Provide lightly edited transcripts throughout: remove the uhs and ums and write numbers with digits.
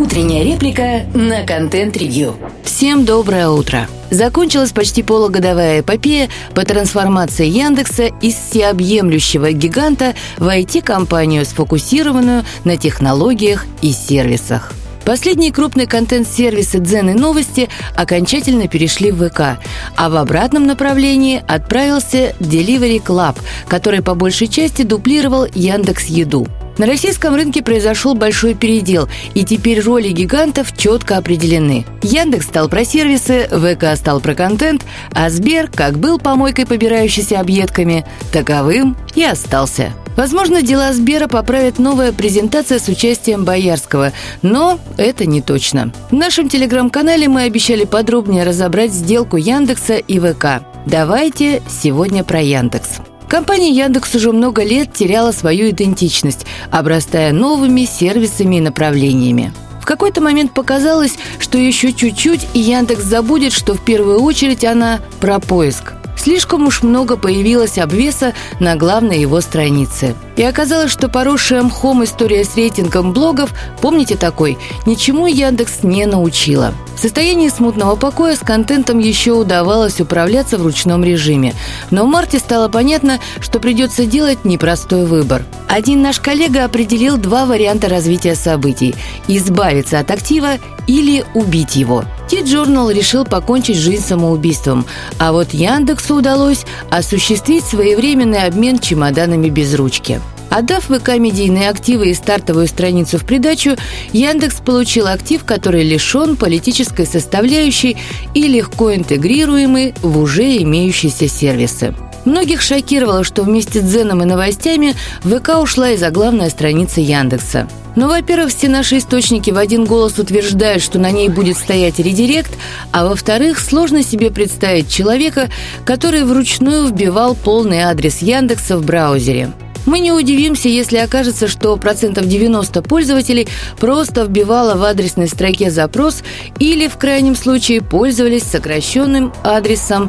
Утренняя реплика на Контент-ревью. Всем доброе утро. Закончилась почти полугодовая эпопея по трансформации Яндекса из всеобъемлющего гиганта в IT-компанию, сфокусированную на технологиях и сервисах. Последние крупные контент-сервисы Дзен и Новости окончательно перешли в ВК, а в обратном направлении отправился Delivery Club, который по большей части дублировал Яндекс.Еду. На российском рынке произошел большой передел, и теперь роли гигантов четко определены. Яндекс стал про сервисы, ВК стал про контент, а Сбер, как был помойкой, побирающейся объедками, таковым и остался. Возможно, дела Сбера поправит новая презентация с участием Боярского, но это не точно. В нашем телеграм-канале мы обещали подробнее разобрать сделку Яндекса и ВК. Давайте сегодня про Яндекс. Компания Яндекс уже много лет теряла свою идентичность, обрастая новыми сервисами и направлениями. В какой-то момент показалось, что еще чуть-чуть, и Яндекс забудет, что в первую очередь она про поиск. Слишком уж много появилось обвеса на главной его странице. И оказалось, что поросшая мхом история с рейтингом блогов, помните такой, ничему Яндекс не научила. В состоянии смутного покоя с контентом еще удавалось управляться в ручном режиме. Но в марте стало понятно, что придется делать непростой выбор. Один наш коллега определил два варианта развития событий – избавиться от актива или убить его. T-Journal решил покончить жизнь самоубийством, а вот Яндексу удалось осуществить своевременный обмен чемоданами без ручки. Отдав ВК медийные активы и стартовую страницу в придачу, Яндекс получил актив, который лишен политической составляющей и легко интегрируемый в уже имеющиеся сервисы. Многих шокировало, что вместе с Дзеном и новостями ВК ушла и заглавная страница Яндекса. Но, во-первых, все наши источники в один голос утверждают, что на ней будет стоять редирект, а во-вторых, сложно себе представить человека, который вручную вбивал полный адрес Яндекса в браузере. Мы не удивимся, если окажется, что 90% пользователей просто вбивало в адресной строке запрос или, в крайнем случае, пользовались сокращенным адресом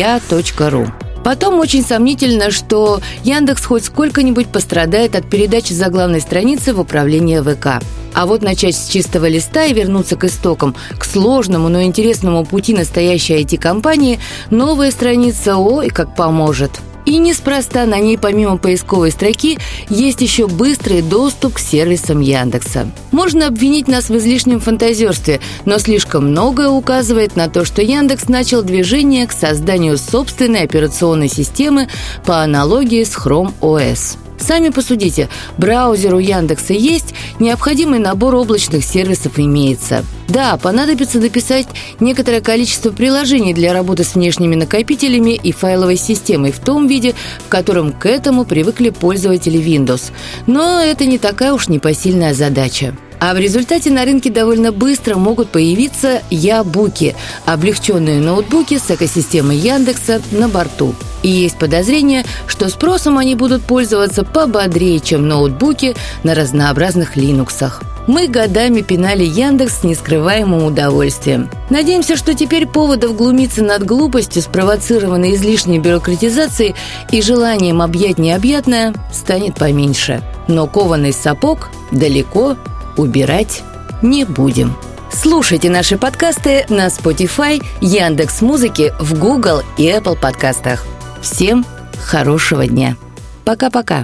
ya.ru. Потом очень сомнительно, что Яндекс хоть сколько-нибудь пострадает от передачи заглавной страницы в управление ВК. А вот начать с чистого листа и вернуться к истокам, к сложному, но интересному пути настоящей IT-компании, новая страница ой как поможет. И неспроста на ней помимо поисковой строки есть еще быстрый доступ к сервисам Яндекса. Можно обвинить нас в излишнем фантазерстве, но слишком многое указывает на то, что Яндекс начал движение к созданию собственной операционной системы по аналогии с Chrome OS. Сами посудите, браузер у Яндекса есть, необходимый набор облачных сервисов имеется. Да, понадобится дописать некоторое количество приложений для работы с внешними накопителями и файловой системой в том виде, в котором к этому привыкли пользователи Windows. Но это не такая уж непосильная задача. А в результате на рынке довольно быстро могут появиться Я-буки – облегченные ноутбуки с экосистемой Яндекса на борту. И есть подозрение, что спросом они будут пользоваться пободрее, чем ноутбуки на разнообразных Линуксах. Мы годами пинали Яндекс с нескрываемым удовольствием. Надеемся, что теперь поводов глумиться над глупостью, спровоцированной излишней бюрократизацией и желанием объять необъятное, станет поменьше. Но кованый сапог далеко убирать не будем. Слушайте наши подкасты на Spotify, Яндекс.Музыке, в Google и Apple подкастах. Всем хорошего дня. Пока-пока.